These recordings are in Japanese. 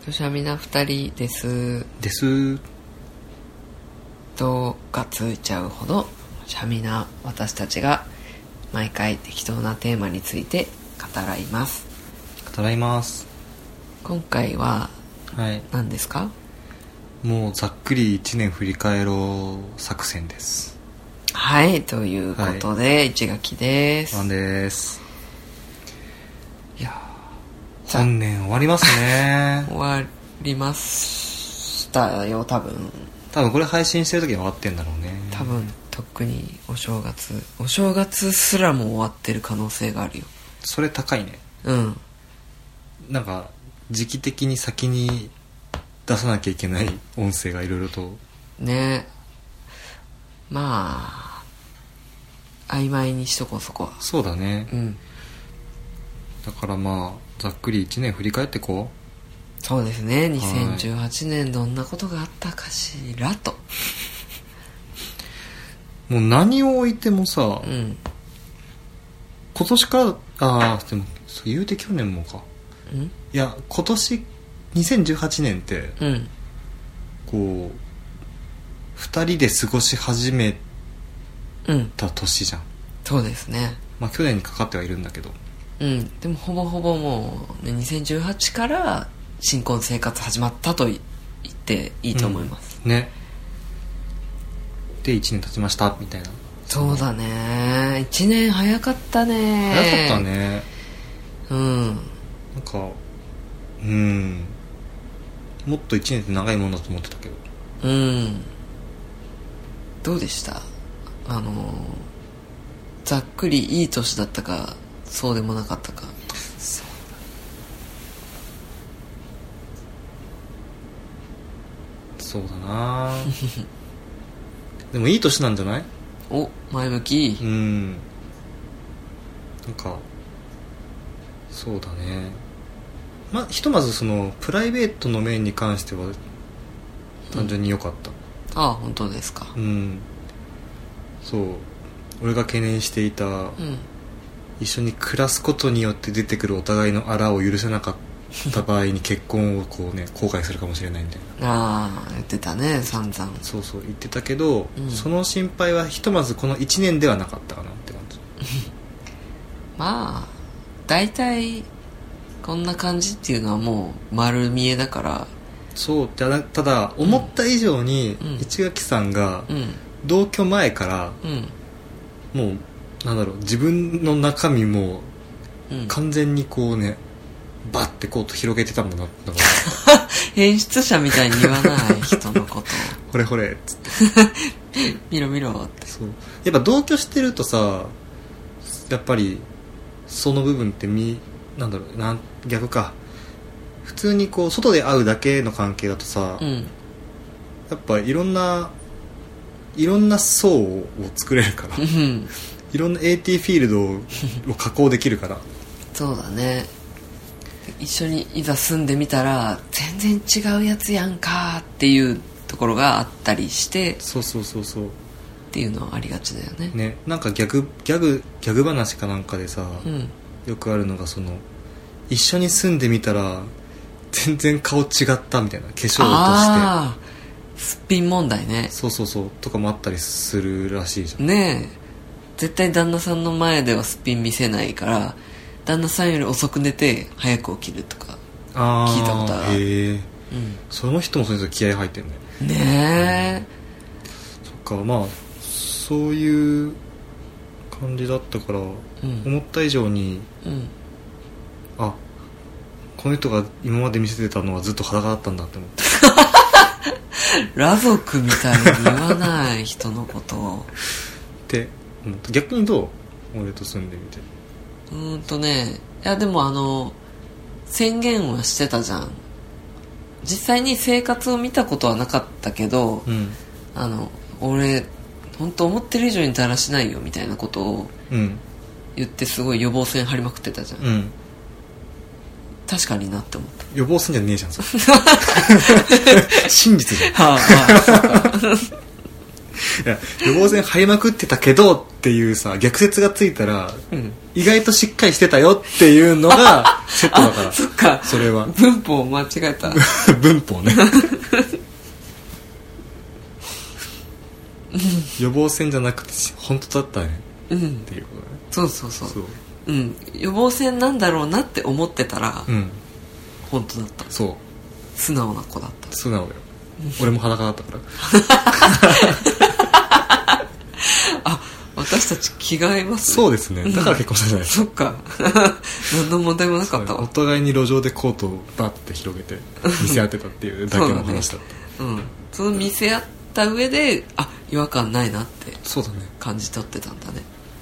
くしゃみな二人ですとがついちゃうほどしゃみな私たちが毎回適当なテーマについて語らいます。今回は何ですか？ もうざっくり1年振り返ろう作戦です。 はい、ということで、市垣です。 ワンです。いや本年終わりますね。 終わりましたよ、多分これ配信してる時に終わってんだろうね。 多分特にお正月すらも終わってる可能性があるよ。 それ高いね。 うん。 なんか時期的に先に出さなきゃいけない音声がいろいろとね。まあ曖昧にしとこう、そこは。 そうだね。 うん。 だからまあざっくり1年振り返ってこう。 そうですね。2018年どんなことがあったかしらと。 もう何を置いてもさ、 うん、 今年からでもそう言うて去年もか。 うん、 いや今年2018年って、 うん、 こう2人で過ごし始めた年じゃん、 そうですね。 まあ去年にかかってはいるんだけど、 うん、でもほぼほぼもう、ね、2018から新婚生活始まったと言っていいと思います、 ね。で1年経ちましたみたいな。 そうだね。1年早かったね。 早かったね。 うん。 なんかもっと1年って長いもんだと思ってたけど。 うん。どうでした？ざっくりいい年だったかそうでもなかったか。 そうだな。でもいい年なんじゃない？ お、前向き。 なんかそうだね。ひとまずそのプライベートの面に関しては単純に良かった、 ああ、本当ですか。 そう俺が懸念していた、一緒に暮らすことによって出てくるお互いのあらを許せなかった場合に結婚をこうね後悔するかもしれないみたいな。 ああ、言ってたね、散々。 そう言ってたけど、その心配はひとまずこの1年ではなかったかなって感じ。 まあ大体こんな感じっていうのはもう丸見えだから。 そうただ思った以上に市垣さんが同居前から、もう自分の中身も完全にこうね、バッてこうと広げてたんだなって演出者みたいに言わない人のことをほれほれっつって見ろ見ろって。 そうやっぱ同居してるとさ、やっぱりその部分って逆か。普通にこう外で会うだけの関係だとさ、やっぱいろんな層を作れるからいろんな AT フィールドを加工できるからそうだね。一緒にいざ住んでみたら全然違うやつやんかっていうところがあったりして、 そうっていうのはありがちだよね。 なんかギャグ話かなんかでさ、よくあるのが一緒に住んでみたら全然顔違ったみたいな、化粧落として。 ああ、すっぴん問題ね。 そうとかもあったりするらしいじゃんね。え絶対旦那さんの前ではすっぴん見せないから旦那さんより遅く寝て早く起きるとか聞いたことある。 へえ、その人もそれぞれ気合入ってんね。 ねえ、 そっか。まあそういう感じだったから、思った以上に、この人が今まで見せてたのはずっと裸だったんだって思って裸族みたいに言わない人のことをって思った。逆にどう？俺と住んでみて。 ね、いやでも宣言はしてたじゃん。実際に生活を見たことはなかったけど、俺本当思ってる以上にだらしないよみたいなことを言ってすごい予防線張りまくってたじゃん、確かになって思った。 予防線じゃねえじゃんそれ真実じゃん。いや予防線張りまくってたけどっっていうさ逆説がついたら、意外としっかりしてたよっていうのがセットだからそっか、 それは文法間違えた文法ね予防線じゃなくて本当だったね、っていうことね。 そうそうそう、予防線なんだろうなって思ってたら、本当だった。 そう素直な子だった。 素直だよ俺も裸だったからあ、私たち気が合いますね。 そうですね、だから結婚したじゃないですか、 そっか何の問題もなかったわ。 お互いに路上でコートをバッて広げて見せ合ってたっていうだけの話だった。 その見せ合った上で違和感ないなってそうだね感じ取ってたんだね。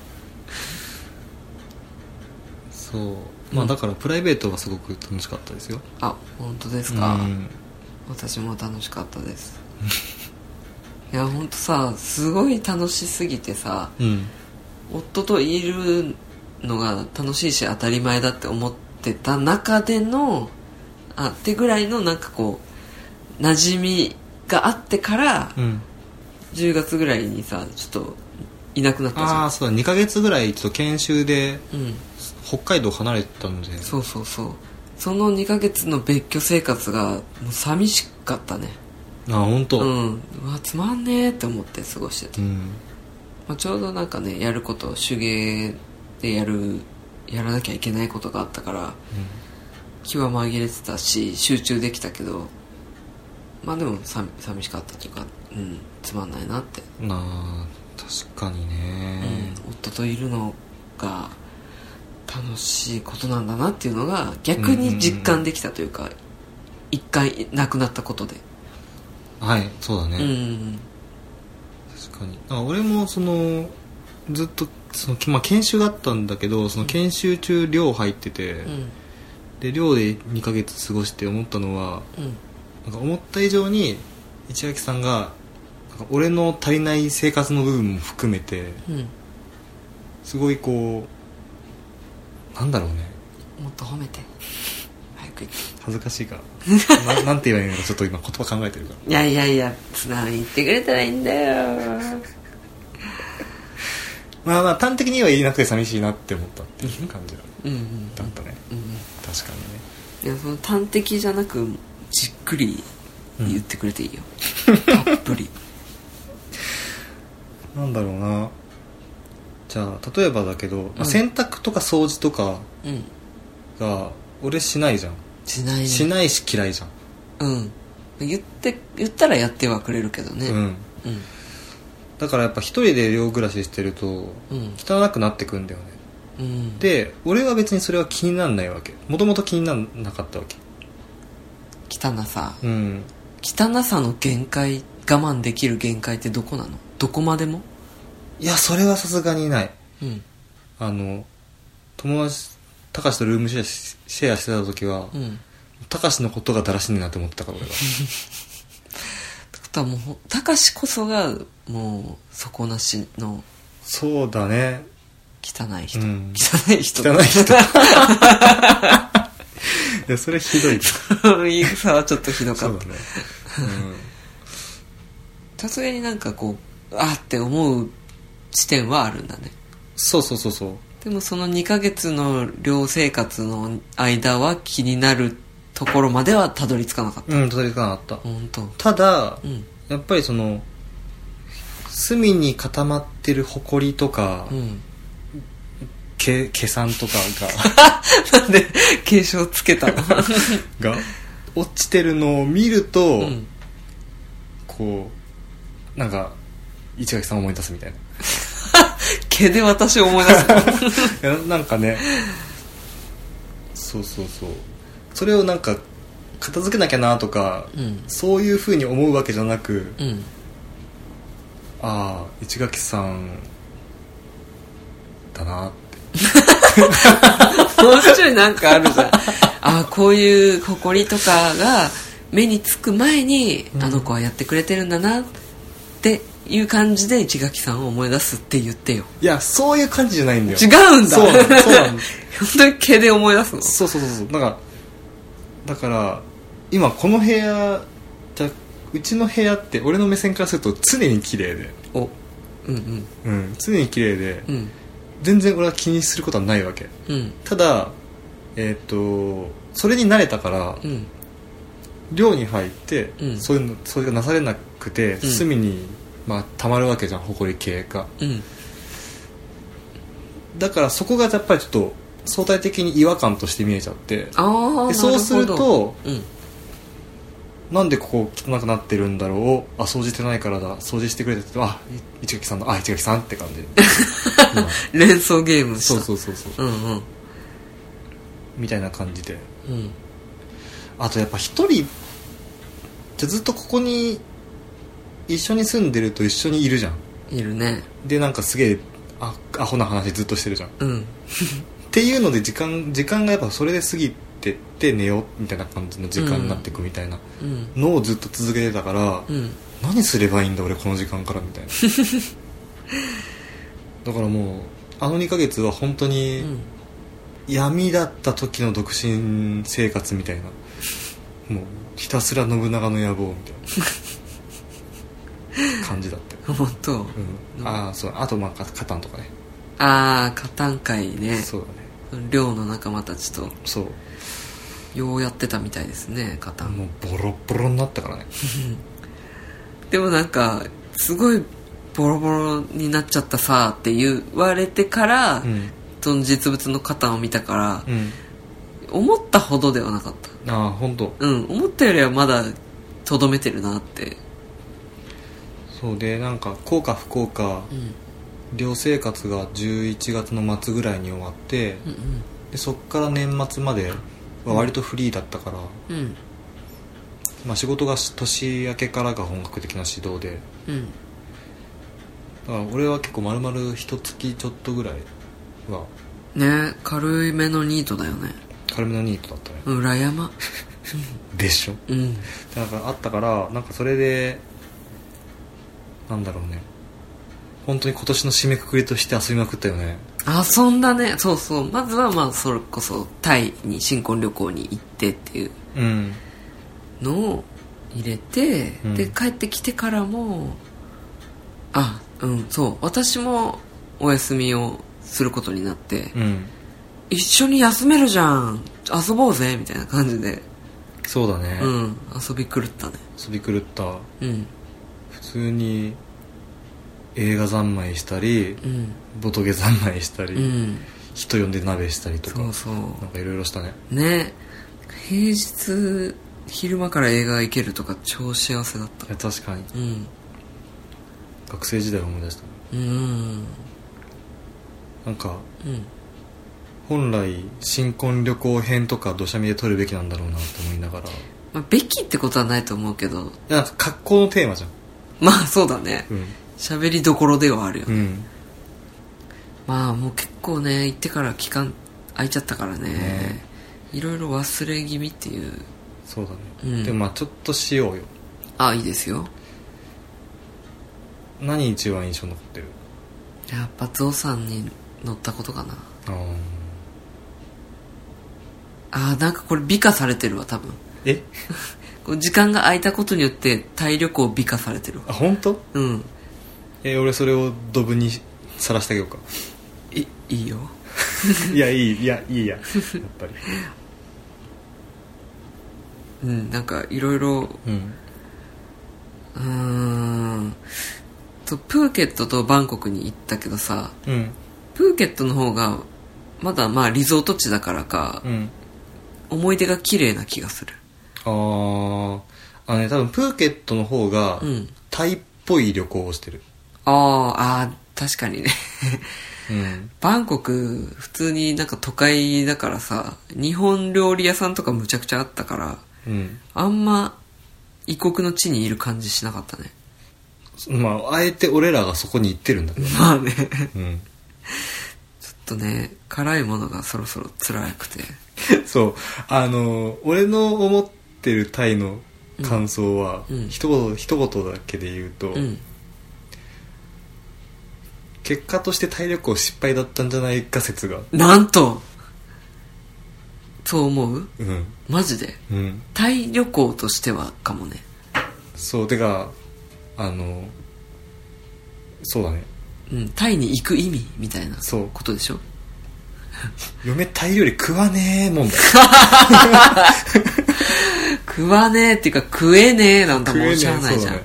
そうだからプライベートはすごく楽しかったですよ。 本当ですか。私も楽しかったですいや本当さ、すごい楽しすぎてさ、夫といるのが楽しいし当たり前だって思ってた中でのってぐらいのなんかこう馴染みがあってから、10月ぐらいにさちょっといなくなったじゃん。 そうだ、2ヶ月ぐらいちょっと研修で、北海道離れたので。 そうそうそう、その2ヶ月の別居生活がもう寂しかったね。 本当。 つまんねえって思って過ごしてた。ちょうどなんかね、やること手芸でやらなきゃいけないことがあったから、気は紛れてたし集中できたけど、でも寂しかったというか、つまんないなって。 確かにね、 夫といるのが楽しいことなんだなっていうのが逆に実感できたというか、一回亡くなったことで。 そうだね、確かに。俺もずっと研修があったんだけど、その研修中寮入ってて、で寮で2ヶ月過ごして思ったのは、なんか思った以上に市垣さんがなんか俺の足りない生活の部分も含めて、すごいこうなんだろうね、 もっと褒めて早く言って。 恥ずかしいからなんて言えばいいのかちょっと今言葉考えてるから。 いや素直に言ってくれたらいいんだよ端的には言えなくて寂しいなって思ったっていう感じだったね。確かにね。 いや、その端的じゃなくじっくり言ってくれていいよ、たっぷりなんだろうな。じゃあ例えばだけど、洗濯とか掃除とかが俺しないじゃん。 しないね。 しないし嫌いじゃん。 言ったらやってはくれるけどね。 だからやっぱ一人で寮暮らししてると汚くなってくんだよね。で俺は別にそれは気にならないわけ。もともと気にならなかったわけ。 汚さ、汚さの限界、我慢できる限界ってどこなの？どこまでも？ いや、それはさすがにない。友達たかしとルームシェアしてた時は、たかしのことがだらしいなって思ってたから俺はもうたかしこそがもう底なしの。 そうだね、 汚い人、汚い人いやそれひどい言い草はちょっとひどかった。 そうだね。 さすがになんかこうって思う地点はあるんだね。 そうでもその2ヶ月の寮生活の間は気になるところまではたどり着かなかった。 たどり着かなかった。 本当。 ただ、やっぱりその隅に固まってるホコリとか、毛さんとかがなんで継承つけたのが落ちてるのを見ると、こうなんか市垣さんを思い出すみたいな毛で私を思い出すいやなんかね、そうそれをなんか片付けなきゃなとか、そういう風に思うわけじゃなく、市垣さんだなってもうちょいなんかあるじゃんこういう埃とかが目につく前に、あの子はやってくれてるんだなっていう感じで市垣さんを思い出すって言ってよ。 いやそういう感じじゃないんだよ。 違うんだ。そうなんだ本当に毛で思い出すの。そうだから今この部屋じゃうちの部屋って俺の目線からすると常に綺麗で、 うんうん、常に綺麗で、 うん、 全然俺は気にすることはないわけ、 うん、 ただそれに慣れたから、 うん、 寮に入って、 うん、 それがなされなくて、 うん、 隅に、まあ、溜まるわけじゃん、埃系が、 うん、 だからそこがやっぱりちょっと相対的に違和感として見えちゃって、でそうすると、 うん、 なんでここ汚くなってるんだろう、掃除してないからだ、掃除してくれてて、市垣さんだ、市垣さんって感じ連想ゲームした。 そう、 うんうん、 みたいな感じで、 うん、 あとやっぱ一人じゃずっとここに一緒に住んでると一緒にいるじゃん。 いるね。 でなんかすげえアホな話ずっとしてるじゃん、 うん、 っていうので時間がやっぱそれで過ぎてって寝ようみたいな感じの時間になっていくみたいなのをずっと続けてたから、 うん、 何すればいいんだ俺この時間からみたいなだからもうあの2ヶ月は本当に闇だった時の独身生活みたいな、もうひたすら信長の野望みたいな感じだったよ本当、 うん、そう、あとまあカタンとかね。 カタン会ね。 そうだね、 寮の仲間たちとそうようやってたみたいですね、カタン。 もうボロボロになったからねでもなんかすごいボロボロになっちゃったさって言われてから、うん、その実物のカタンを見たから、うん、思ったほどではなかった。 本当。 うん思ったよりはまだとどめてるなって。 そうでなんか幸か不幸か、うん、寮生活が11月の末ぐらいに終わって、うんうん、でそっから年末までは割とフリーだったから、うんまあ、仕事が年明けからが本格的な指導で、うん、だから俺は結構丸々一月ちょっとぐらいはね軽いめのニートだよね。 軽めのニートだったね。 裏山でしょ、うん、だからあったからなんかそれでなんだろうね、本当に今年の締めくくりとして遊びまくったよね。 遊んだね。そうそう、まずはまあそれこそタイに新婚旅行に行ってっていうのを入れて、うん、で帰ってきてからもそう私もお休みをすることになって、うん、一緒に休めるじゃん遊ぼうぜみたいな感じで。 そうだね、 うん、遊び狂ったね。 遊び狂った、うん、普通に映画三昧したり、うん、ボトゲ三昧したり、うん、人呼んで鍋したりとか、そうなんかいろいろしたね。 ね、平日昼間から映画行けるとか超幸せだった。 いや確かに、うん、学生時代を思い出した。なんか、うん、本来新婚旅行編とかどしゃみで撮るべきなんだろうなと思いながら、 まあ、べきってことはないと思うけど、いやなんか格好のテーマじゃん。 まあそうだね、喋りどころではあるよね、うん、まあもう結構ね行ってから期間空いちゃったからね、いろいろ忘れ気味っていう。 そうだね、うん、でもまあちょっとしようよ。 いいですよ。 何一番印象残ってる？ やっぱゾウさんに乗ったことかな。なんかこれ美化されてるわ多分。時間が空いたことによってタイ旅行美化されてるわ。 本当？ うん。 俺それをドブにさらしてあげようか。 いいよいやいいややっぱりなんかいろいろプーケットとバンコクに行ったけどさ、プーケットの方がまだまあリゾート地だからか、思い出が綺麗な気がする。 多分プーケットの方がタイっぽい旅行をしてる。 確かにねバンコク普通になんか都会だからさ、日本料理屋さんとかむちゃくちゃあったから、あんま異国の地にいる感じしなかったね。 まああえて俺らがそこに行ってるんだけどまあね、ちょっとね辛いものがそろそろ辛くてそう俺の思ってるタイの感想は、一言だけで言うと、結果としてタイ旅行失敗だったんじゃないか説が。 なんとそう思う？マジで、タイ旅行としてはかもね。 そうてかそうだね、 うん、タイに行く意味みたいなことでしょ。 嫁タイ料理食わねえ問題食わねえっていうか食えねえなんだもん、しゃあないじゃん。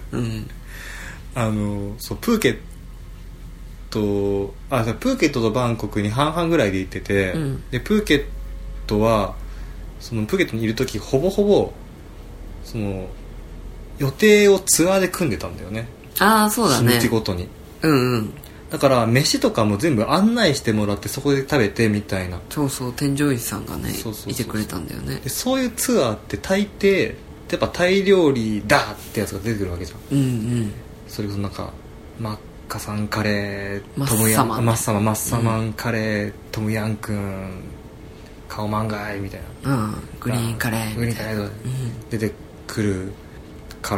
そうプーケットとバンコクに半々ぐらいで行ってて、でプーケットはそのプーケットにいる時ほぼほぼその予定をツアーで組んでたんだよね。 ああそうだね。 日にちごとに。 うんうん。 だから飯とかも全部案内してもらってそこで食べてみたいな。 そうそう、添乗員さんがねいてくれたんだよね。 でそういうツアーって大抵やっぱタイ料理だってやつが出てくるわけじゃん。うんうん。それこそなんかマッカサンカレートムヤンマッサマンカレー、トムヤンクンカオマンガイみたいな、 グリーンカレー出てくるから、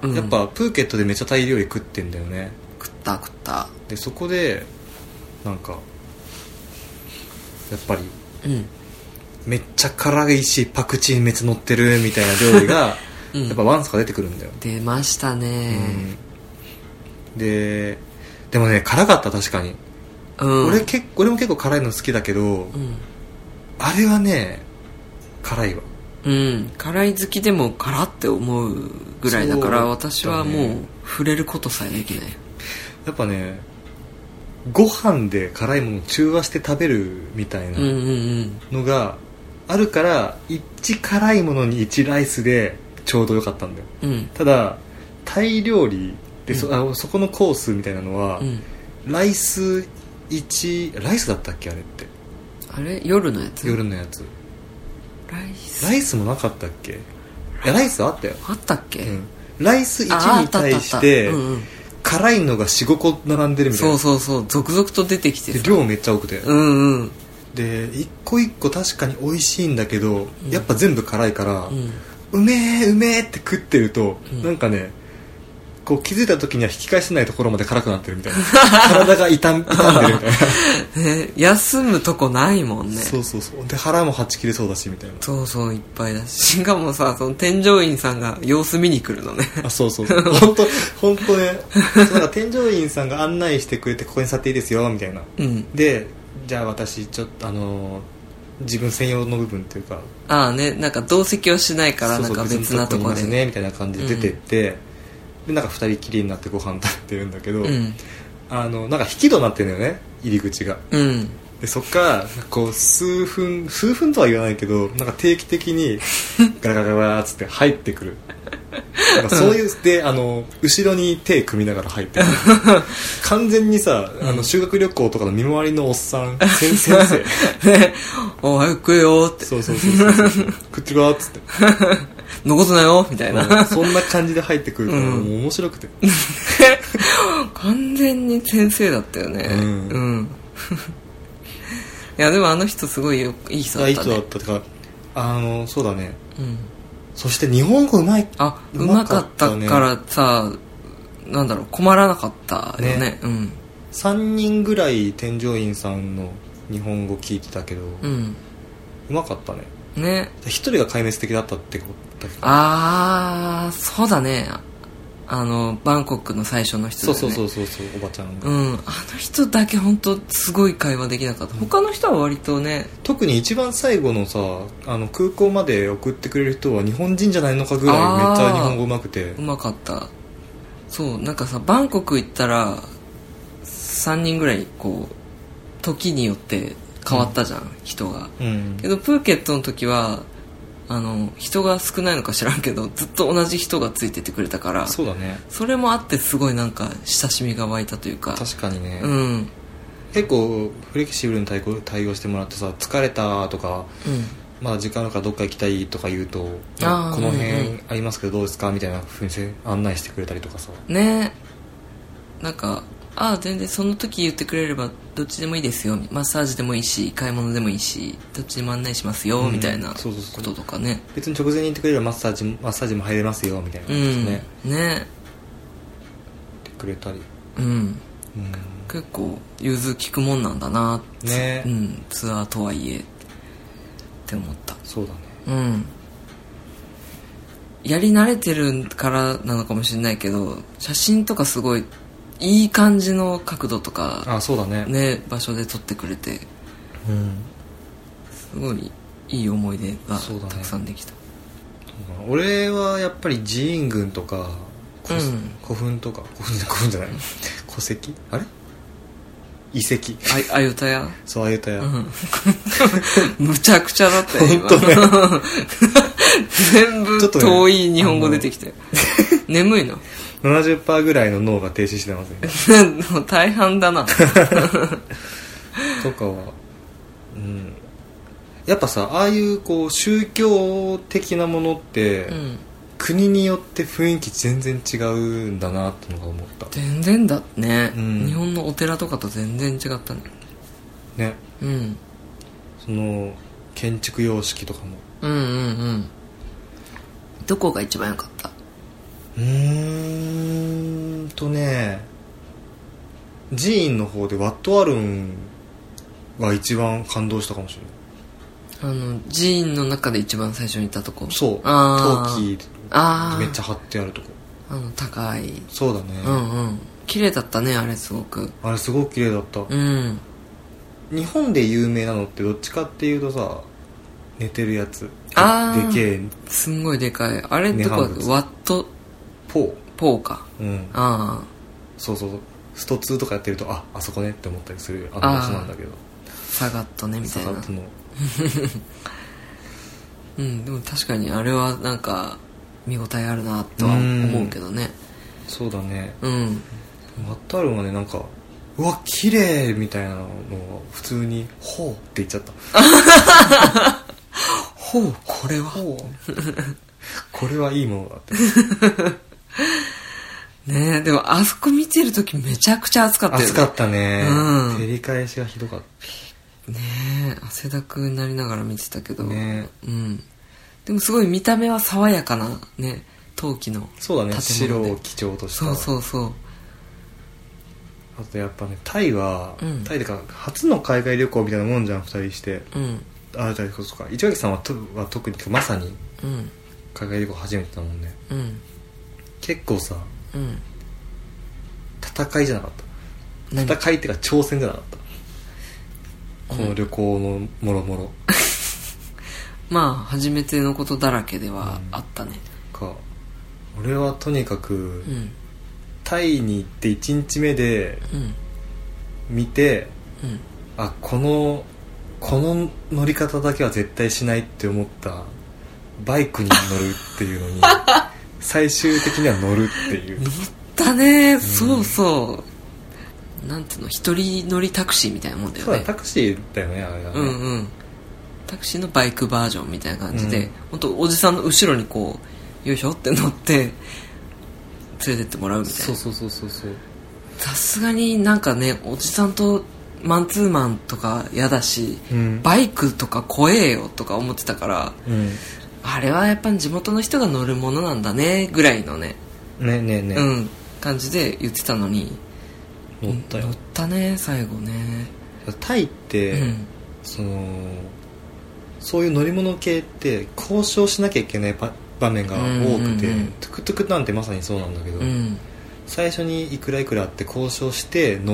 やっぱプーケットでめっちゃタイ料理食ってんだよね。 食ったでそこでなんかやっぱり、めっちゃ辛いしパクチーめっちゃ乗ってるみたいな料理がやっぱワンサか出てくるんだよ。 出ましたね。 でもね辛かった、確かに。俺も結構辛いの好きだけど、あれはね辛いわ。 辛い好きでも辛って思うぐらいだから、私はもう触れることさえできない。 やっぱねご飯で辛いものを中和して食べるみたいなのがあるから、1辛いものに1ライスでちょうどよかったんだよ。ただタイ料理でそこのコースみたいなのは、ライス1ライスだったっけ、あれって。 あれ夜のやつライスもなかったっけ。いやライスあったよ。 あったっけ、 ライス1に対して辛いのが 4,5 個並んでるみたいな。 そう続々と出てきてさ、量めっちゃ多くて、で一個一個確かに美味しいんだけど、やっぱ全部辛いから、うめえって食ってると、なんかねこう気づいた時には引き返せないところまで辛くなってるみたいな体が傷んでるみたいな休むとこないもんね。 そうで腹もはち切れそうだしみたいな。 そういっぱいだし、しかもさ、その添乗員さんが様子見に来るのね。 そう本当ねなんか添乗員さんが案内してくれて、ここに座っていいですよみたいな、でじゃあ私ちょっと自分専用の部分っていうか、 なんか同席はしないから、なんか別なとこでねみたいな感じで出てって、でなんか2人きりになってご飯食べてるんだけど、なんか引き戸になってるんだよね、入り口が。でそっからこう数分とは言わないけど、なんか定期的にガラガラガラっつって入ってくるなんかそういうで後ろに手組みながら入ってくる完全にさ、修学旅行とかの見回りのおっさん先生お早く食えよって。 そう食ってるわっつって残すなよみたいな、 そんな感じで入ってくるから、もう面白くて完全に先生だったよね。いやでもあの人すごいいい人だったね。いい人だったってか、そうだね。そして日本語うまかったからさ、なんだろう、困らなかったよね。 3人ぐらい添乗員さんの日本語聞いてたけど、うまかったね。1人が壊滅的だったってことだけど。そうだね。バンコクの最初の人だよね。そうおばちゃんが。あの人だけ本当すごい会話できなかった。他の人は割とね。 特に一番最後のさ、空港まで送ってくれる人は日本人じゃないのかぐらいめっちゃ日本語うまくて。 うまかった。そうなんかさ、バンコク行ったら3人ぐらいこう時によって変わったじゃん、人が。けどプーケットの時は人が少ないのか知らんけど、ずっと同じ人がついててくれたから。そうだね。それもあってすごいなんか親しみが湧いたというか。 確かにね。結構フレキシブルに対応してもらってさ、疲れたとか、まだ時間あるからどっか行きたいとか言うと、この辺ありますけどどうですかみたいな風に案内してくれたりとかさ。 なんか全然その時言ってくれればどっちでもいいですよ、マッサージでもいいし買い物でもいいしどっちでも案内しますよ、みたいなこととかね。 別に直前に言ってくれればマッサージも入れますよみたいなね。言ってくれたり、 結構融通きくもんなんだなって、ツアーとはいえって思った。 そうだね。 やり慣れてるからなのかもしれないけど、写真とかすごいいい感じの角度とかあ、そうだね。 ね、場所で撮ってくれて、 うん、 すごいいい思い出がたくさんできた。 俺はやっぱり寺院群とか古墳とか古墳じゃない戸籍あれ遺跡あゆたやそう、あゆたや、 むちゃくちゃだったよ本当ね全部遠い日本語出てきて、眠いの 70% ぐらいの脳が停止してますねもう大半だなとかは、うん、やっぱさ、ああいうこう宗教的なものって、うん、国によって雰囲気全然違うんだなってのが思った。 全然だね、うん、日本のお寺とかと全然違ったね。 ね、 うん、 その建築様式とかも。 うんうんうん。どこが一番良かった？ ね、寺院の方でワットアルンが一番感動したかもしれない。 寺院の中で一番最初にいたとこ。 そう、陶器めっちゃ貼ってあるとこ。 高い。 そうだね。 うんうん。綺麗だったね、あれすごく。 あれすごく綺麗だった。 うん。 日本で有名なのってどっちかっていうとさ、寝てるやつ。でけえ。 すんごいでかい。あれどこだっけ？ワットポーか。 うん。 ああ。 そうそうそう。スト2とかやってると、あそこねって思ったりする場所なんだけど。 サガットねみたいな。 サガットの。 うん、でも確かにあれはなんか見応えあるなとは思うけどね。 そうだね。 うん。 ワットアルンはね、なんか、うわ綺麗みたいなのを普通にほうって言っちゃったほう、これはこれはいいものだってねえ。でもあそこ見てるときめちゃくちゃ暑かったよね。 暑かったね、 うん、 照り返しがひどかったねえ。汗だくになりながら見てたけどね。 うん。でもすごい見た目は爽やかなね、陶器の建物で。 そうだね、白を基調とした。 そうそうそう。 あとやっぱね、タイは、 うん、 タイでか初の海外旅行みたいなもんじゃん、2人して。 うん。 あ、じゃあそうか、市垣さんは特にまさに海外旅行初めてだもんね。 うん。 結構さ、 うん、 戦いじゃなかった？戦いっていうか挑戦じゃなかった？この旅行のもろもろまあ初めてのことだらけではあったね。 俺はとにかく、 うん、 タイに行って1日目で見て、 うん、 あ、この乗り方だけは絶対しないって思ったバイクに乗るっていうのに最終的には乗るっていう。 乗ったね、そうそう。なんていうの、一人乗りタクシーみたいなもんだよね。 そうだ、タクシーだよね、あれだね。 うんうん。タクシーのバイクバージョンみたいな感じで、本当おじさんの後ろにこうよいしょって乗って連れてってもらうみたいな。 そう。 さすがになんかね、おじさんとマンツーマンとか嫌だし、 うん、 バイクとか怖えよとか思ってたから、 うん、 あれはやっぱり地元の人が乗るものなんだねぐらいのね、うん、感じで言ってたのに乗ったよ。 乗ったね、最後ね。 タイって、うん、そういう乗り物系って交渉しなきゃいけない場面が多くて、トゥクトゥクなんてまさにそうなんだけど、最初にいくらいくらって交渉して乗って、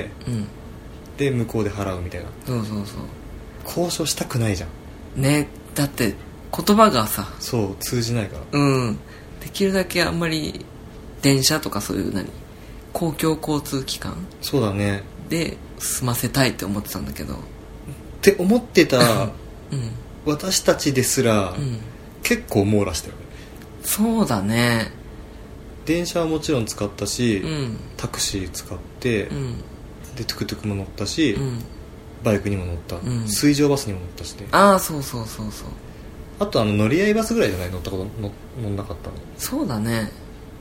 で向こうで払うみたいな。 そう交渉したくないじゃんね。だって言葉がさ、 そう通じないから、 できるだけあんまり電車とかそういう公共交通機関、 そうだね、 で済ませたいって思ってたんだけど、 って思ってた私たちですら、結構網羅したよね。 そうだね。 電車はもちろん使ったし、タクシー使って、でトゥクトゥクも乗ったし、バイクにも乗った、水上バスにも乗ったしね。 ああ、そうあと乗り合いバスぐらいじゃない、乗ったこと乗んなかったの。 そうだね。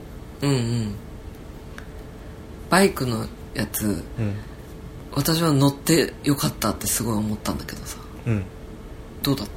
バイクのやつ、私は乗ってよかったってすごい思ったんだけどさ、どうだった？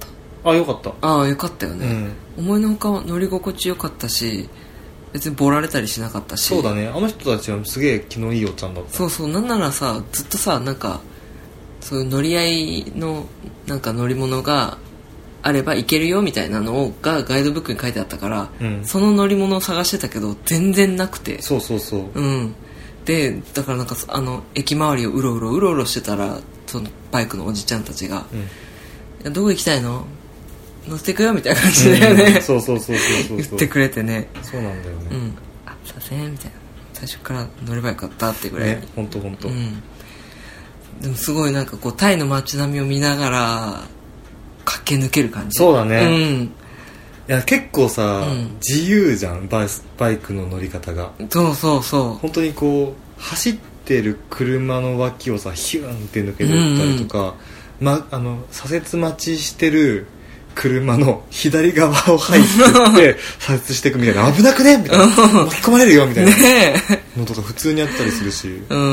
あ、よかった。 ああ、よかったよね、思いのほか乗り心地よかったし、別にボラれたりしなかったし。 そうだね、あの人たちはすげえ気のいいおっちゃんだった。 そう、なんならさ、ずっとさ、なんかそういう乗り合いのなんか乗り物があれば行けるよみたいなのがガイドブックに書いてあったから、その乗り物を探してたけど全然なくて。 そう、 でだからなんか駅周りをうろうろしてたらそのバイクのおじちゃんたちが、どこ行きたいの乗せてくよみたいな感じだよね、 そう言ってくれてね。 そうなんだよね、 すいませんみたいな、最初から乗ればよかったってぐらいね、本当、でもすごいなんかこうタイの街並みを見ながら駆け抜ける感じ。 そうだね、いや結構さ、自由じゃんバイクの乗り方が。 そう本当にこう走ってる車の脇をさヒューンって抜けてったりとか、左折待ちしてる車の左側を入ってって左折していくみたいな、危なくねみたいな、巻き込まれるよみたいなのとか普通にあったりするし、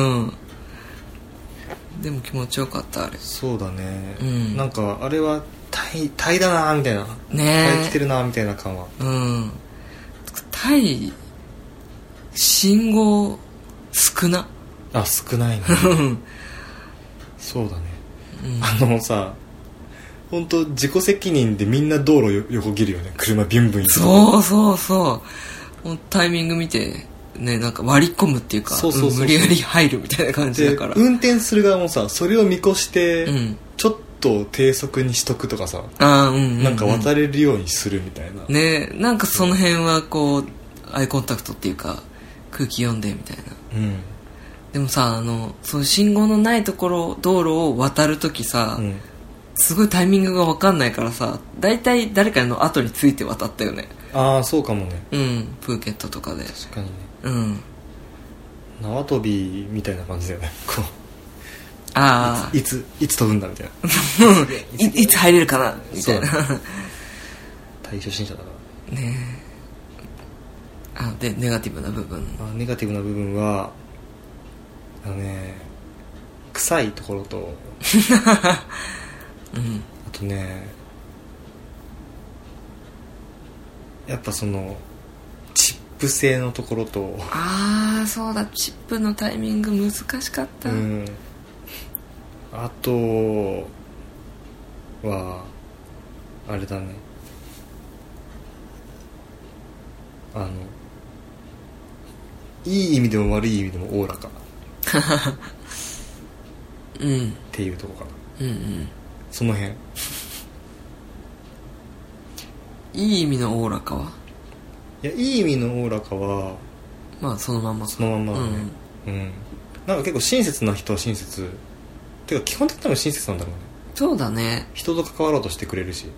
でも気持ちよかったあれ。 そうだね、なんかあれはタイだなみたいな、タイ来てるなみたいな感は。 タイ信号少な。 少ないねそうだね、さ本当自己責任でみんな道路横切るよね、車ビュンビュン。 そうタイミング見てね、なんか割り込むっていうか、無理やり入るみたいな感じだから。 運転する側もさそれを見越して、ちょっと低速にしとくとかさ、なんか渡れるようにするみたいなね。なんかその辺はこうアイコンタクトっていうか空気読んでみたいな。でもさそういう信号のないところ道路を渡るときさ、すごいタイミングが分かんないからさ、だいたい誰かの後について渡ったよね。 そうかもね。 プーケットとかで。 確かにね。縄跳びみたいな感じだよね。こういつ飛ぶんだみたいないつ入れるかなみたいな。 対初心者だからね。でネガティブな部分。 ネガティブな部分は臭いところとあとね、やっぱそのチップ製のところと、 そうだ、チップのタイミング難しかった。 あとはあれだね、いい意味でも悪い意味でもおおらかっていうとこかな。その辺。 いい意味のおおらかはいや、いい意味のおおらかはそのまんまだね。なんか結構親切な人は親切てか基本的に多分親切なんだろうね。 そうだね。 人と関わろうとしてくれるし、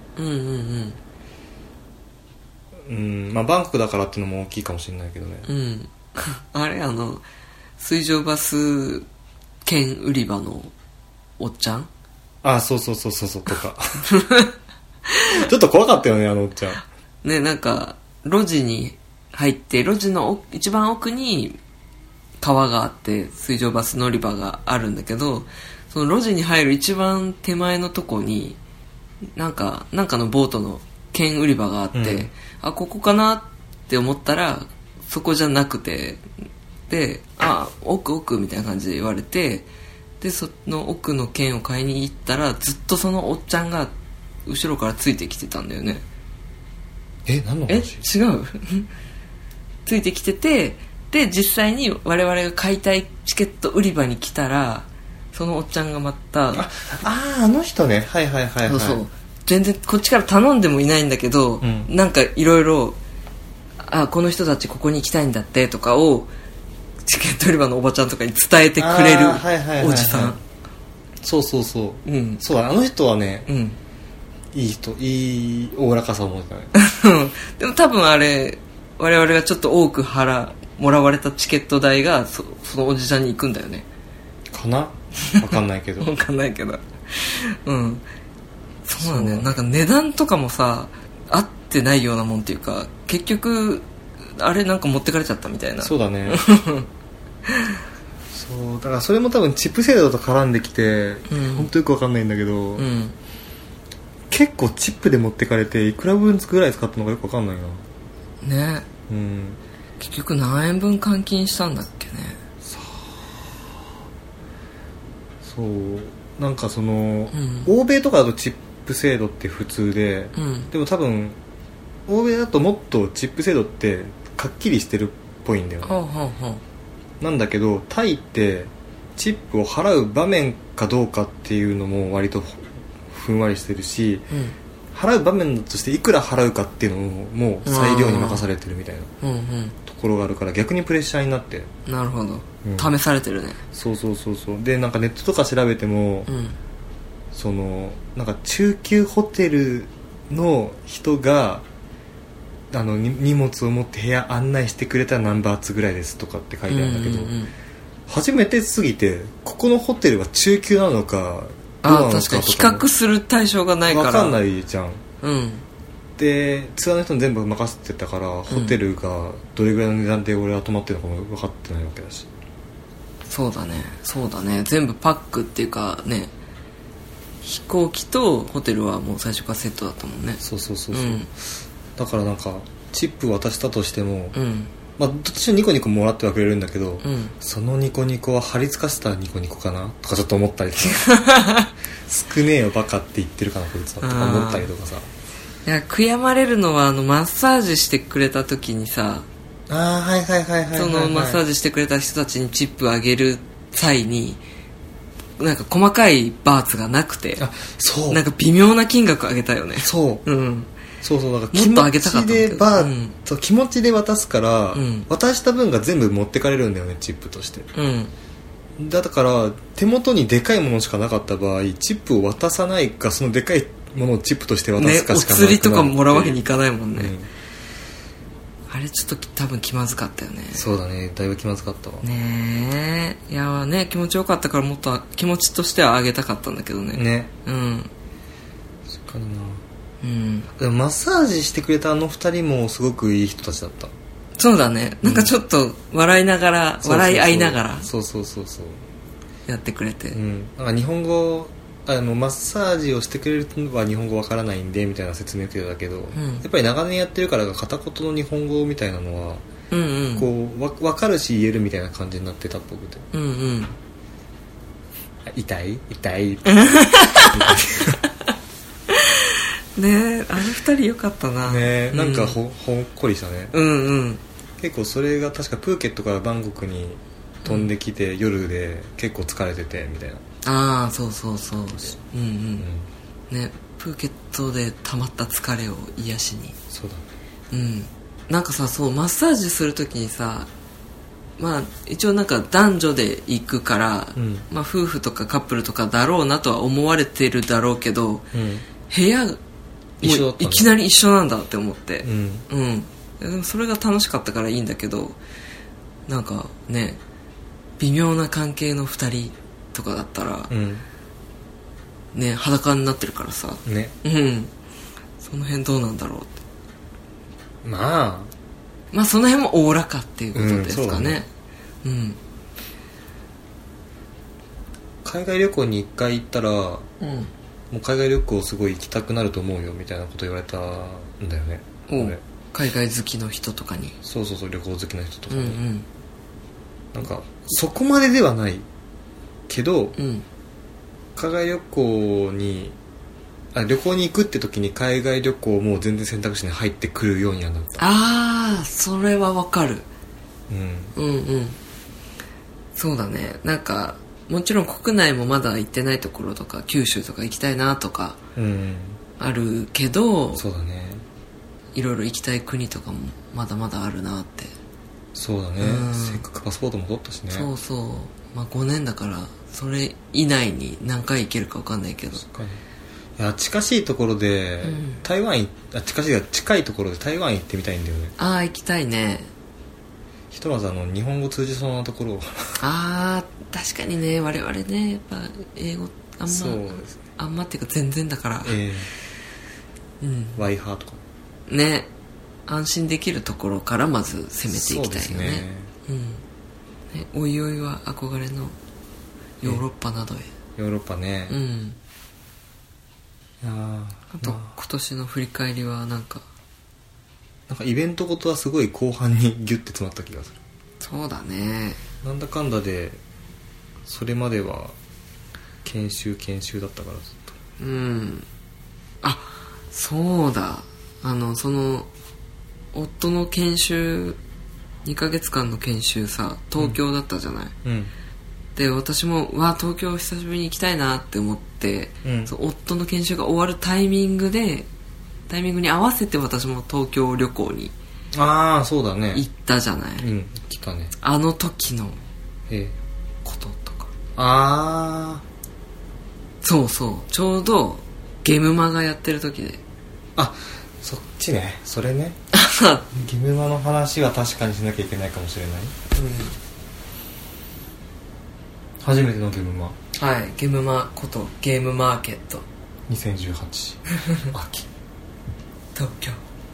バンコクだからっていうのも大きいかもしれないけどね。 あれ水上バス券売り場のおっちゃん、 そうとかちょっと怖かったよね、おっちゃんね。なんか路地に入って、路地の一番奥に川があって水上バス乗り場があるんだけど、その路地に入る一番手前のとこになんかのボートの券売り場があって、ここかなって思ったらそこじゃなくて、で奥みたいな感じで言われて、でその奥の券を買いに行ったらずっとそのおっちゃんが後ろからついてきてたんだよね。 何の話？ 違うついてきてて、で実際に我々が買いたいチケット売り場に来たら、そのおっちゃんがまたあの人ね。はいそう全然こっちから頼んでもいないんだけど、なんかいろいろこの人たちここに行きたいんだってとかをチケット売り場のおばちゃんとかに伝えてくれるおじさん。 そうそうだ、あの人はね、いい人、いいおおらかさを持ってたねでも多分あれ我々がちょっと多くもらわれたチケット代がそのおじさんに行くんだよね。 かな、分かんないけど分かんないけどそうなんだよ。なんか値段とかもさ合ってないようなもんっていうか、結局あれなんか持ってかれちゃったみたいな。 そうだねそうだからそれも多分チップ制度と絡んできて、本当よく分かんないんだけど、結構チップで持ってかれていくら分ぐらい使ったのかよく分かんないなね。結局何円分換金したんだっけね。そうなんかその、欧米とかだとチップ制度って普通で、でも多分欧米だともっとチップ制度ってかっきりしてるっぽいんだよね。 なんだけどタイってチップを払う場面かどうかっていうのも割とふんわりしてるし、払う場面としていくら払うかっていうのももう裁量に任されてるみたいなところがあるから逆にプレッシャーになって。 なるほど、試されてるね。 そうでなんかネットとか調べても、そのなんか中級ホテルの人が荷物を持って部屋案内してくれたらナンバー2ぐらいですとかって書いてあるんだけど、初めてすぎてここのホテルは中級なのかどうなのかとか確かに比較する対象がないから分かんないじゃん。でツアーの人に全部任せてたから、ホテルがどれぐらいの値段で俺は泊まってるのかも分かってないわけだし。 そうだね全部パックっていうかね、飛行機とホテルはもう最初からセットだったもんね。 そう、だからなんかチップ渡したとしても、まあどっちもニコニコもらってはくれるんだけど、そのニコニコは張り付かせたニコニコかなとかちょっと思ったりとか少ねえよバカって言ってるかなこいつはとか思ったりとかさ。 いや悔やまれるのはマッサージしてくれた時にさ、 そのマッサージしてくれた人たちにチップあげる際になんか細かいバーツがなくて、 そうなんか微妙な金額あげたよね。 そう、だからもっとあげたかったんだけど、 気持ちで渡すから、渡した分が全部持ってかれるんだよねチップとして。だから手元にでかいものしかなかった場合チップを渡さないかそのでかいものをチップとして渡すかしかなくなる、 お釣りとかもらうわけにいかないもんね、あれちょっと多分気まずかったよね。 そうだね、だいぶ気まずかったわね。いやね気持ちよかったからもっと気持ちとしてはあげたかったんだけどね。 確かにな。でもマッサージしてくれた2人もすごくいい人たちだった。 そうだね、なんかちょっと笑いながら、笑い合いながらやってくれて、 なんか日本語マッサージをしてくれるのは日本語わからないんでみたいな説明を受けたけど、やっぱり長年やってるからが片言の日本語みたいなのは、こう分かるし言えるみたいな感じになってたっぽくて、痛いね。あの2人よかったなね。なんかほっこりしたね。結構それが確かプーケットからバンコクに飛んできて、夜で結構疲れててみたいな。そうね。プーケットで溜まった疲れを癒しに。 そうだね。なんかさ、マッサージするときにさ、まあ一応なんか男女で行くから、まあ夫婦とかカップルとかだろうなとは思われてるだろうけど、部屋いきなり一緒なんだって思って、でもそれが楽しかったからいいんだけど、なんかね微妙な関係の2人とかだったら、ね裸になってるからさ、その辺どうなんだろうって。まあその辺もおおらかっていうことですかね。 海外旅行に1回行ったら、もう海外旅行すごい行きたくなると思うよみたいなこと言われたんだよね。 海外好きの人とかに。 そう旅行好きな人とかに、なんかそこまでではないけど、海外旅行に行くって時に海外旅行も全然選択肢に入ってくるようにはなった。 それはわかる。そうだね。なんかもちろん国内もまだ行ってないところとか九州とか行きたいなとかあるけど、 そうだね、 いろいろ行きたい国とかもまだまだあるなって。 そうだね、せっかくパスポートも取ったしね。 まあ5年だからそれ以内に何回行けるか分かんないけど。 いや近しいところで、台湾近いところで台湾行ってみたいんだよね。 行きたいね。 ひとまず日本語通じそうなところを確かにね、我々ねやっぱ英語あんま、そうですね、あんまっていうか全然だから、ワイハーとかね、安心できるところからまず攻めていきたいよね。おいおいは憧れのヨーロッパなどへ。 ヨーロッパね。 あと今年の振り返りはなんかイベントごとはすごい後半にギュッて詰まった気がする。 そうだね。 なんだかんだでそれまでは研修だったからずっと。 そうだ、その夫の研修 2ヶ月間の研修さ東京だったじゃない、 うん、 で私も東京久しぶりに行きたいなって思って、そう夫の研修が終わるタイミングに合わせて私も東京旅行にそうだね行ったじゃない、 来たね。 あの時のこととか、そうちょうどゲームマがやってる時で、 そっちね、それねゲームマの話は確かにしなきゃいけないかもしれない。初めてのゲームマ、 ゲームマことゲームマーケット 2018秋東京、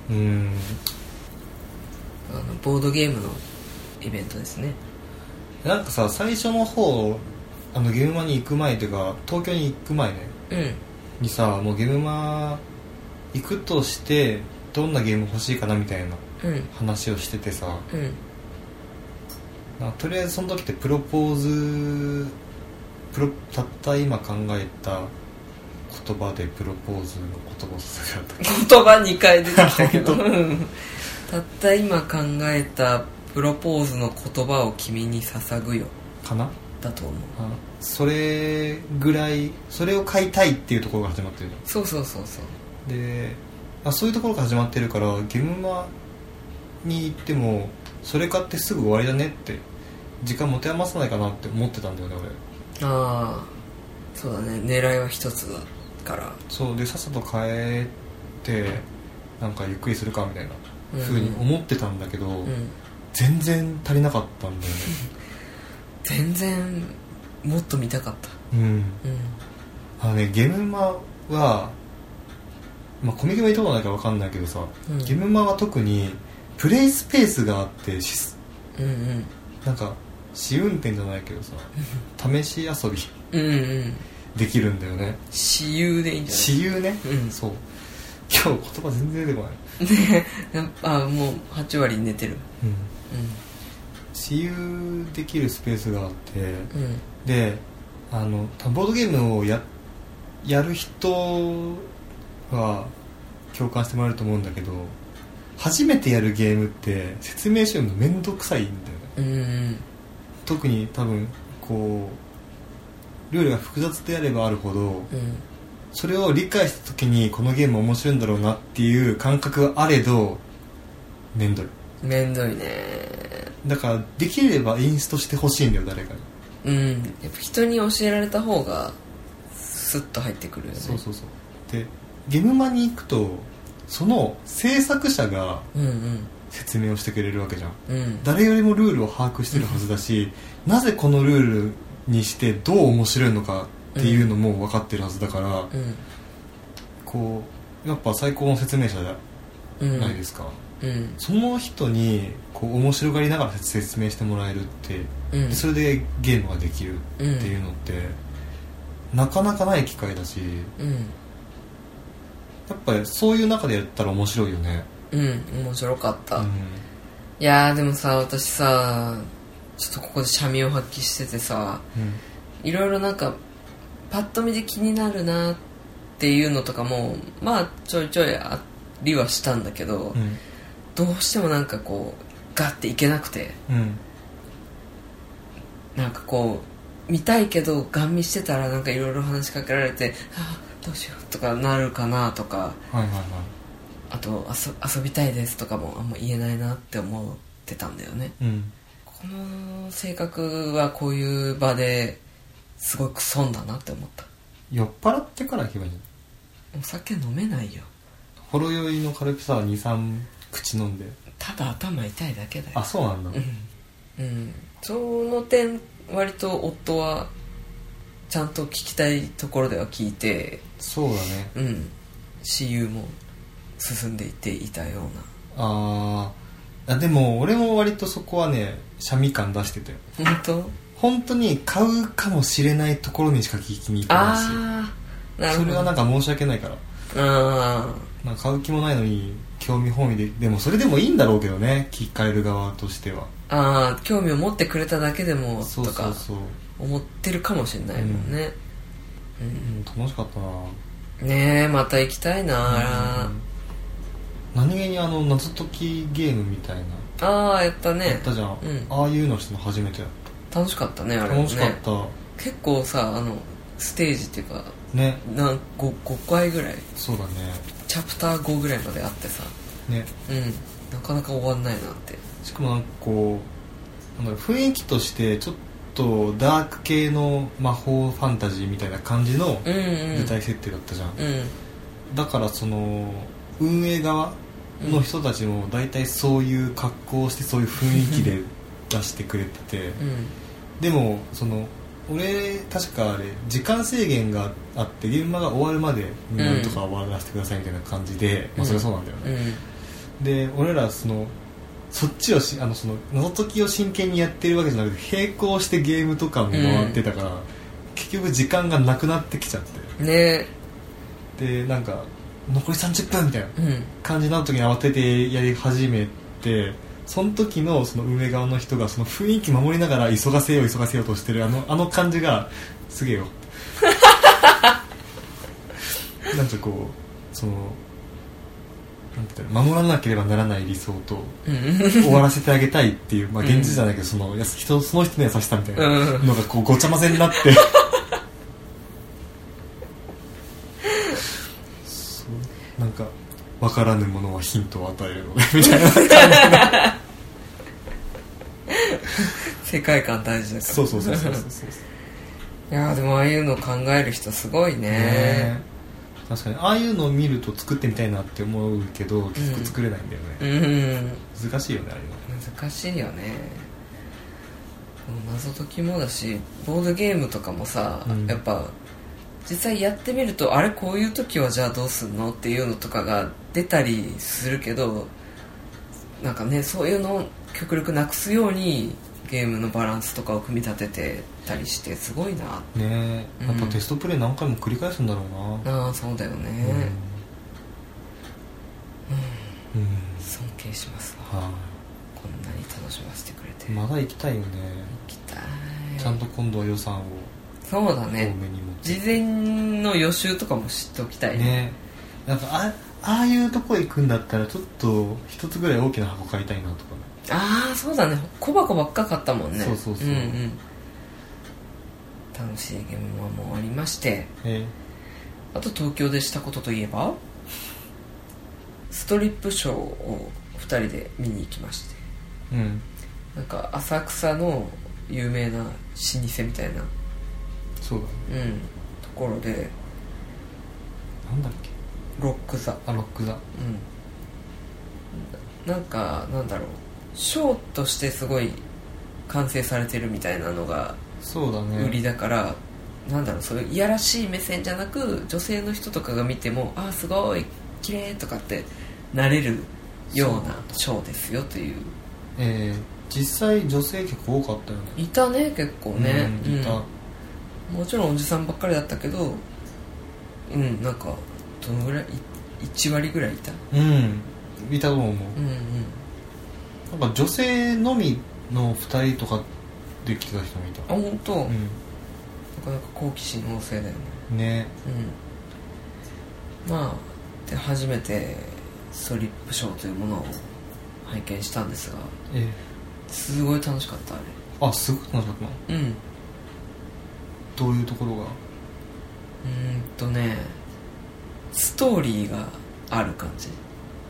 ボードゲームのイベントですね。 なんかさ、最初の方ゲームマに行く前というか東京に行く前ね、にさ、もうゲームマ行くとしてどんなゲーム欲しいかなみたいな話をしててさ、とりあえずその時ってたった今考えた言葉でプロポーズの言葉をさせられた。 言葉2回出てきたけどたった今考えたプロポーズの言葉を君に捧ぐよかなだと思う。 それぐらい、それを買いたいっていうところが始まってるじゃん。そうで、そういうところが始まってるから、ゲームマに行ってもそれ買ってすぐ終わりだねって時間持て余さないかなって思ってたんだよね俺。 そうだね、狙いは一つだから。 そうで、さっさと帰ってなんかゆっくりするかみたいな風に思ってたんだけど、全然足りなかったんだよね全然もっと見たかった。 ゲームマは、コミケも行ったことないから分かんないけどさ、ゲームマは特にプレイスペースがあってなんか試運転じゃないけどさ試し遊びできるんだよね。 私有でいいんじゃない？ 私有ね、そう、今日言葉全然出てこないもう8割寝てる。 私有できるスペースがあって、でボードゲームをやる人は共感してもらえると思うんだけど、初めてやるゲームって説明書読むのめんどくさいんだよね。特に多分こうルールが複雑であればあるほど、それを理解した時にこのゲーム面白いんだろうなっていう感覚はあれどめんどいね。だからできればインストしてほしいんだよ、誰かに。 やっぱ人に教えられた方がスッと入ってくるよね。 そうで、ゲームマに行くとその制作者が説明をしてくれるわけじゃん、誰よりもルールを把握してるはずだしなぜこのルールにしてどう面白いのかっていうのも分かってるはずだから、こうやっぱ最高の説明者じゃないですか、その人にこう面白がりながら説明してもらえるって、それでゲームができるっていうのって、なかなかない機会だし、やっぱりそういう中でやったら面白いよね。 面白かった、いやでもさ、私さちょっとここでシャミを発揮しててさ、いろいろなんかパッと見で気になるなっていうのとかもちょいちょいありはしたんだけど、どうしてもなんかこうガッていけなくて、なんかこう見たいけどガン見してたらなんかいろいろ話しかけられてどうしようとかなるかなとか、あと遊びたいですとかもあんま言えないなって思ってたんだよね、この性格はこういう場ですごく損だなって思った。 酔っ払ってから行けばいい。 お酒飲めないよ。 ほろ酔いのカルピスは 2,3 口飲んでただ頭痛いだけだよ。 そうなんだ。 その点割と夫はちゃんと聞きたいところでは聞いて、 そうだね、 私有も進んでいっていたような。 でも俺も割とそこはねシャミ感出してたよ。本当に買うかもしれないところにしか聞きに行かないし、それはなんか申し訳ないから、買う気もないのに興味本位でもそれでもいいんだろうけどね、聞かれる側としては。 興味を持ってくれただけでもとか思ってるかもしれないもんね。 楽しかったな。ねえ、また行きたいな。 何気に謎解きゲームみたいなああやったね、 やったじゃん、ああいうのしての初めてやった。楽しかったねあれね。 楽しかった。 結構さステージっていうかね、 5回ぐらい、 そうだね、 チャプター5ぐらいまであってさね、 なかなか終わんないなって。 しかもなんかこう雰囲気としてちょっとダーク系の魔法ファンタジーみたいな感じの舞台設定だったじゃん、だからその運営側の人たちも大体そういう格好をしてそういう雰囲気で出してくれてて、でもその俺確かあれ時間制限があって現場が終わるまでなんとか終わらせてくださいみたいな感じで、それはそうなんだよね、で俺らそっちをその謎解きを真剣にやってるわけじゃなくて並行してゲームとかも回ってたから、結局時間がなくなってきちゃってね。 でなんか残り30分みたいな感じになった時に慌ててやり始めて、その時のその運営側の人がその雰囲気守りながら急がせようとしてるあの感じがすげえよなんかこうそのなんていうの、守らなければならない理想と終わらせてあげたいっていう、まあ現実じゃないけどその人の優しさみたいなのがこうごちゃ混ぜになってそうなんか分からぬものはヒントを与えるのでみたいな感じが世界観大事だから。 そういやでもああいうの考える人すごいね。 確かにああいうのを見ると作ってみたいなって思うけど結局作れないんだよね、難しいよねあれは。 難しいよね。謎解きもだしボードゲームとかもさ、やっぱ実際やってみるとあれこういう時はじゃあどうすんのっていうのとかが出たりするけど、なんかねそういうのを極力なくすようにゲームのバランスとかを組み立ててたりしてすごいなね。やっぱテストプレイ何回も繰り返すんだろうな。 ああそうだよね、尊敬しますわ、こんなに楽しませてくれて。 まだ行きたいよね。 行きたい。 ちゃんと今度は予算をそうだね、 多めに持って事前の予習とかも知っておきたいね。なんかああいうとこ行くんだったらちょっと一つぐらい大きな箱買いたいなとかね。 ああそうだね、小箱ばっか買ったもんね。 そう、 楽しいゲームはもうありまして、あと東京でしたことといえばストリップショーを2人で見に行きまして、なんか浅草の有名な老舗みたいなそうだね、 ところでなんだっけ、 ロック座。 ロック座、 なんかなんだろう、ショーとしてすごい完成されてるみたいなのがそうだね売りだから、なんだろう、そういういやらしい目線じゃなく女性の人とかが見てもあすごい綺麗とかってなれるようなショーですよという。 実際女性客多かったよね。 いたね結構ね、 いた、 もちろんおじさんばっかりだったけど、なんかどのぐらい1割ぐらいいた。 いたと思う。なんか女性のみの2人とかで来てた人もいた。 あ本当。なかなか好奇心旺盛だよね。 ね。 まあで初めてストリップショーというものを拝見したんですが、すごい楽しかったあれ。 すごい楽しかったの。どういうところが？ ストーリーがある感じ。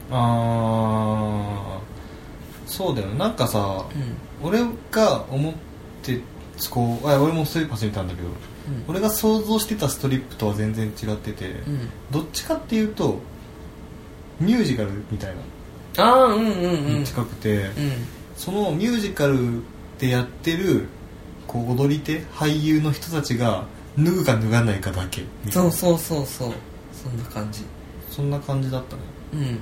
そうだよ。なんかさ、俺が思って俺もストリップ始めたんだけど、俺が想像してたストリップとは全然違ってて、どっちかっていうとミュージカルみたいなに近くて、そのミュージカルでやってるこう踊り手俳優の人たちが脱ぐか脱がないかだけみたいな。そうそんな感じ。そんな感じだったね。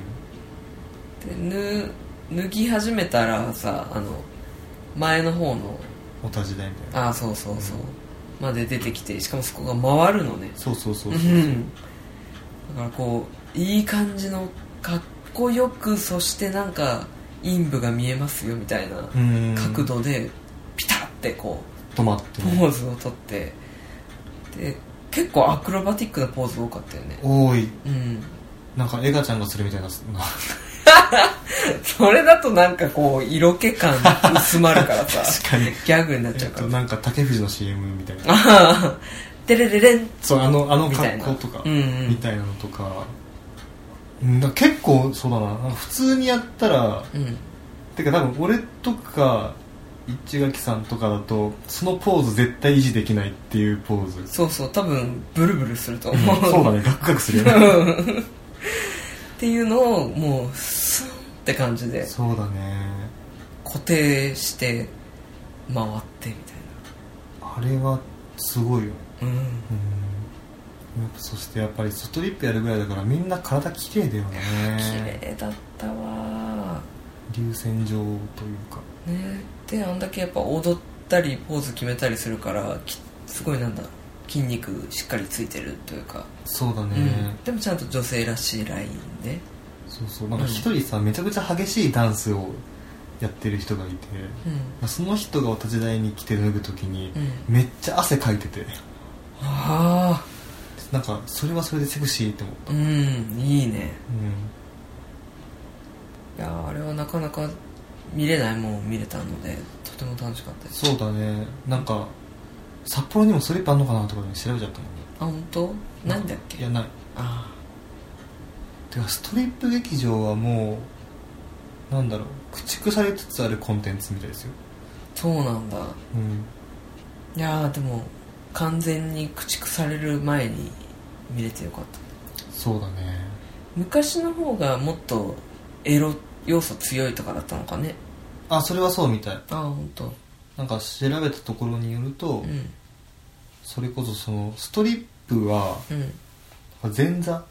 で脱ぎ始めたらさ、前の方のお立ち台みたいな、 そう、まで出てきて、しかもそこが回るのね。 そうだからこういい感じのかっこよく、そしてなんか陰部が見えますよみたいな角度でピタッてこう止まってポーズをとって、で結構アクロバティックなポーズ多かったよね。 多い。なんかエガちゃんがするみたいなそれだとなんかこう色気感薄まるからさ確かにギャグになっちゃうから、 なんか竹藤の CM みたいなテレレレン、 そうあの格好とかみたいなのとか、結構そうだな、なんか普通にやったら、てか多分俺とか市垣さんとかだとそのポーズ絶対維持できないっていうポーズ。 そうそう、多分ブルブルすると思う、 そうだね、ガクガクするよねっていうのをもうスンって感じでそうだね、 固定して回ってみたいな、 あれはすごいよ、そしてやっぱりストリップやるぐらいだからみんな体きれいだよね。 綺麗だったわ、 流線状というかね。であんだけやっぱ踊ったりポーズ決めたりするからすごいなんだ、筋肉しっかりついてるというか。 そうだね、 でもちゃんと女性らしいラインで、 そうそう、なんか一人さ、めちゃくちゃ激しいダンスをやってる人がいて、その人がお立ち台に来て脱ぐ時に、めっちゃ汗かいてて、なんかそれはそれでセクシーって思った。 いいね、いやあれはなかなか見れないもん見れたのでとても楽しかったです。 そうだね、なんか札幌にもストリップあんのかなとかで調べちゃったもんね。 あ、本当？なんだっけ？ いや、ない。てかストリップ劇場はもうなんだろう、駆逐されつつあるコンテンツみたいですよ。 そうなんだ。いやでも完全に駆逐される前に見れてよかった。そうだね。昔の方がもっとエロ要素強いとかだったのかね。 あ、それはそうみたい。 本当。なんか調べたところによると、それこそそのストリップは、前座って、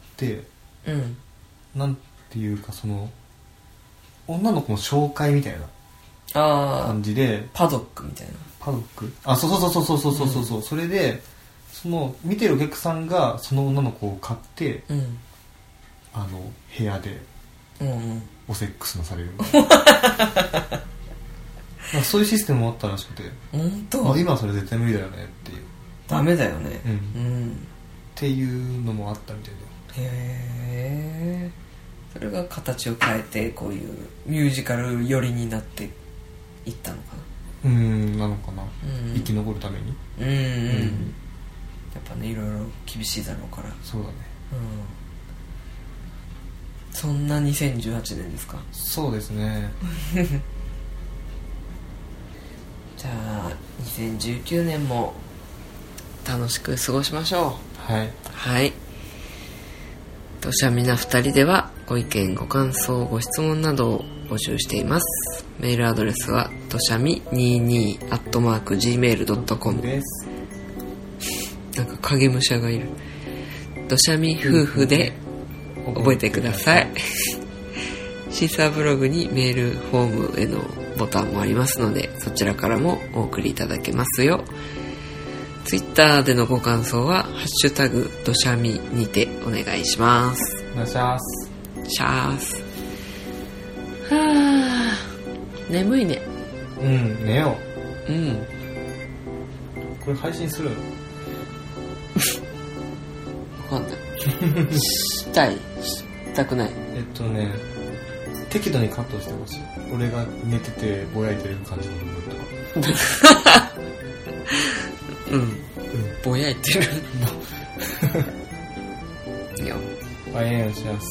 なんていうかその女の子の紹介みたいな感じで、 パドックみたいな。 パドック？そう、それでその見てるお客さんがその女の子を買って、部屋でおセックスなされるそういうシステムもあったらしくて、 本当？ 今はそれ絶対無理だよねっていう。 ダメだよね。 っていうのもあったみたいで。 へえ。それが形を変えてこういうミュージカル寄りになっていったのかな。 なのかな、生き残るために。 やっぱね、いろいろ厳しいだろうから。 そうだね。 そんな2018年ですか？ そうですねじゃあ2019年も楽しく過ごしましょう。はい。 としゃみな2人ではご意見ご感想ご質問などを募集しています。メールアドレスはとしゃみ22@gmail.com です。なんか影武者がいる。としゃみ夫婦で覚えてくださいシーサーブログにメールフォームへのボタンもありますので、そちらからもお送りいただけますよ。ツイッターでのご感想はハッシュタグどしゃみにてお願いします。 お願いします。 シャース。はぁ、眠いね。 寝よう。これ配信するの？ わかんないしたくない。 適度にカットしてほしい。俺が寝ててぼやいてる感じの部分とかぼやいてるいいよ。 お願いします。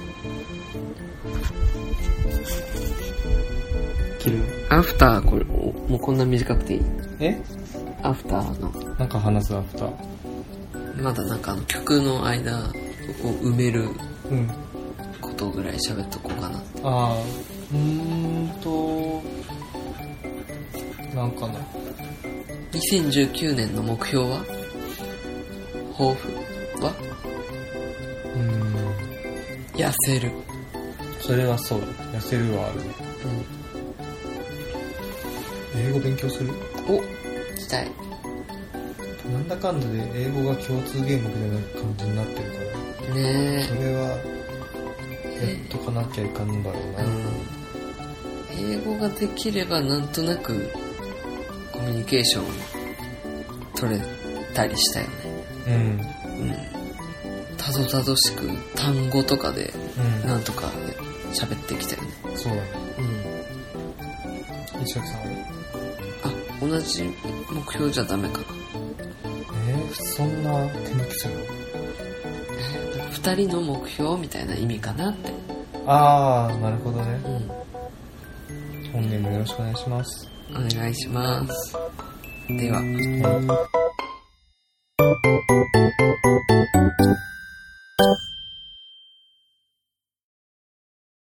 切る？ アフター、これもうこんな短くていい？アフターのなんか話すアフター。 まだなんか曲の間を埋めることぐらい喋っとこうかな。 なんかな。 2019年の目標は？抱負は？痩せる。 それはそうだ。痩せるはあるね。英語勉強する？ したい。 なんだかんだで英語が共通言語みたいな感じになってるからね。 それはやっとかなきゃいかんのだろうな。 英語ができればなんとなくコミュニケーション取れたりしたよね。たどたどしく単語とかでなんとか喋ってきたよね。 そうだね。 うん。 石垣さんは同じ目標じゃダメかな。 そんな手抜きするの ？2人の目標みたいな意味かなって。 ああ、なるほどね。 うん。 本年もよろしくお願いします。 お願いします。では。